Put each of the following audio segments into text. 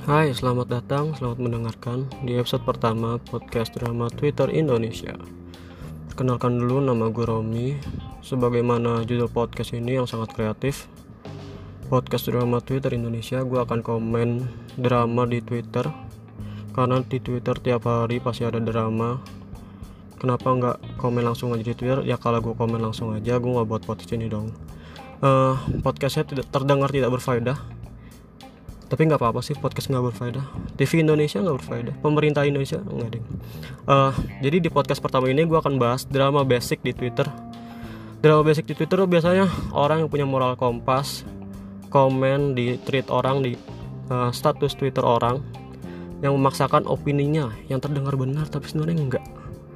Hai, selamat datang, selamat mendengarkan di episode pertama podcast drama Twitter Indonesia. Kenalkan dulu, nama gue Romi. Sebagaimana judul podcast ini yang sangat kreatif, podcast drama Twitter Indonesia, gue akan komen drama di Twitter. Karena di Twitter tiap hari pasti ada drama. Kenapa nggak komen langsung aja di Twitter? Ya kalau gue komen langsung aja, gue nggak buat podcast ini dong. Podcastnya terdengar tidak berfaedah, tapi nggak apa-apa sih, podcast nggak berfaedah. TV Indonesia nggak berfaedah, pemerintah Indonesia nggak ding. Jadi di podcast pertama ini gue akan bahas drama basic di Twitter. Drama basic di Twitter biasanya orang yang punya moral kompas komen di tweet orang, di status Twitter orang, yang memaksakan opininya yang terdengar benar tapi sebenarnya enggak.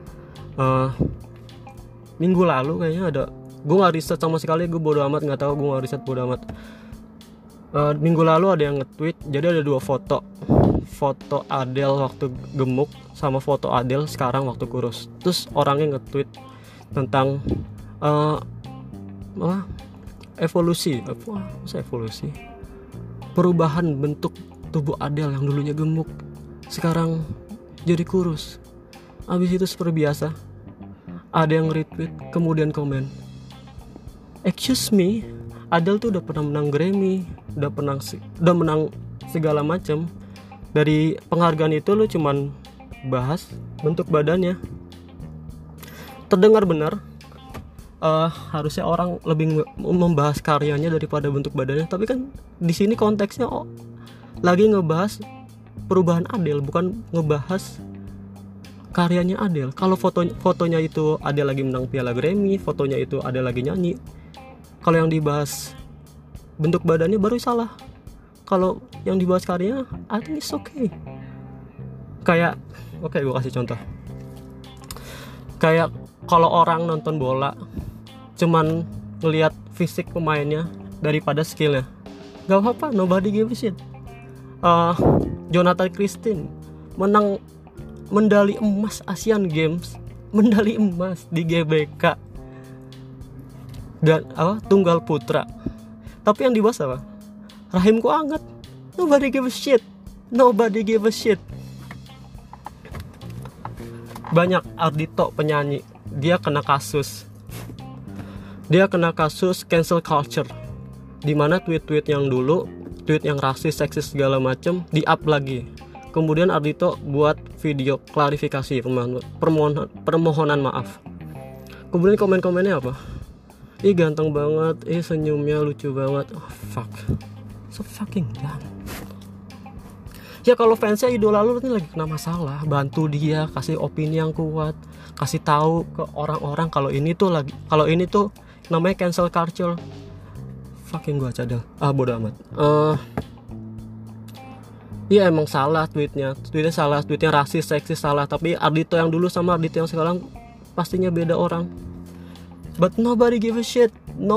Minggu lalu kayaknya ada, gue nggak riset sama sekali, gue bodo amat, nggak tahu, gue nggak riset, bodo amat. Minggu lalu ada yang nge-tweet, jadi ada dua foto Adele waktu gemuk sama foto Adele sekarang waktu kurus. Terus orangnya nge-tweet tentang evolusi, perubahan bentuk tubuh Adele yang dulunya gemuk sekarang jadi kurus. Abis itu seperti biasa ada yang retweet kemudian komen, "Excuse me, Adele tuh udah pernah menang Grammy, udah menang segala macam. Dari penghargaan itu lu cuman bahas bentuk badannya." Terdengar benar. Harusnya orang lebih membahas karyanya daripada bentuk badannya. Tapi kan di sini konteksnya lagi ngebahas perubahan Adele, bukan ngebahas karyanya Adele. Kalau fotonya itu Adele lagi menang piala Grammy, fotonya itu Adele lagi nyanyi. Kalau yang dibahas bentuk badannya baru salah. Kalau yang dibahas karyanya, I think it's okay. Gue kasih contoh. Kayak kalau orang nonton bola cuman ngelihat fisik pemainnya daripada skillnya, gak apa-apa, nobody give a shit. Jonathan Christie menang medali emas Asian Games, medali emas di GBK dan tunggal putra. Tapi yang dibahas apa? Rahimku anget. Nobody give a shit. Banyak Ardhito penyanyi, dia kena kasus cancel culture, dimana tweet yang dulu, tweet yang rasis, seksis segala macem di-up lagi. Kemudian Ardhito buat video klarifikasi, permohonan maaf. Kemudian komen-komennya apa? Ih ganteng banget, senyumnya lucu banget. Oh fuck, so fucking dumb. Ya kalau fansnya idola lu ini lagi kena masalah, bantu dia, kasih opini yang kuat, kasih tahu ke orang-orang kalau ini tuh namanya cancel culture. Fucking gua cadel. Bodo amat. Iya emang salah tweetnya salah, tweetnya rasis, seksis salah. Tapi Ardhito yang dulu sama Ardhito yang sekarang pastinya beda orang. But nobody give a shit.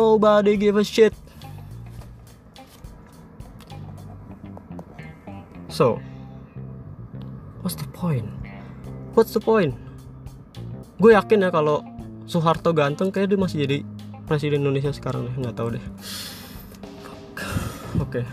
So, what's the point? Gue yakin ya kalau Soeharto ganteng, kayak dia masih jadi presiden Indonesia sekarang deh, nggak tahu deh. Oke.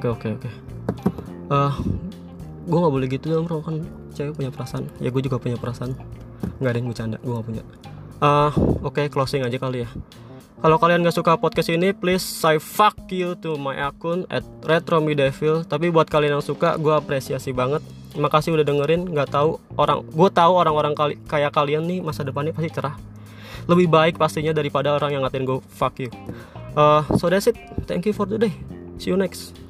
Gue nggak boleh gitu dong, bro, kan cewek punya perasaan. Ya gue juga punya perasaan. Nggak ada yang bercanda, gue nggak punya. Oke, closing aja kali ya. Kalau kalian gak suka podcast ini, please say fuck you to my akun @retromidevil. Tapi buat kalian yang suka, gue apresiasi banget. Makasih udah dengerin. Gue tahu orang-orang kayak kalian nih masa depannya pasti cerah, lebih baik pastinya daripada orang yang ngatain gue fuck you. So that's it. Thank you for today. See you next.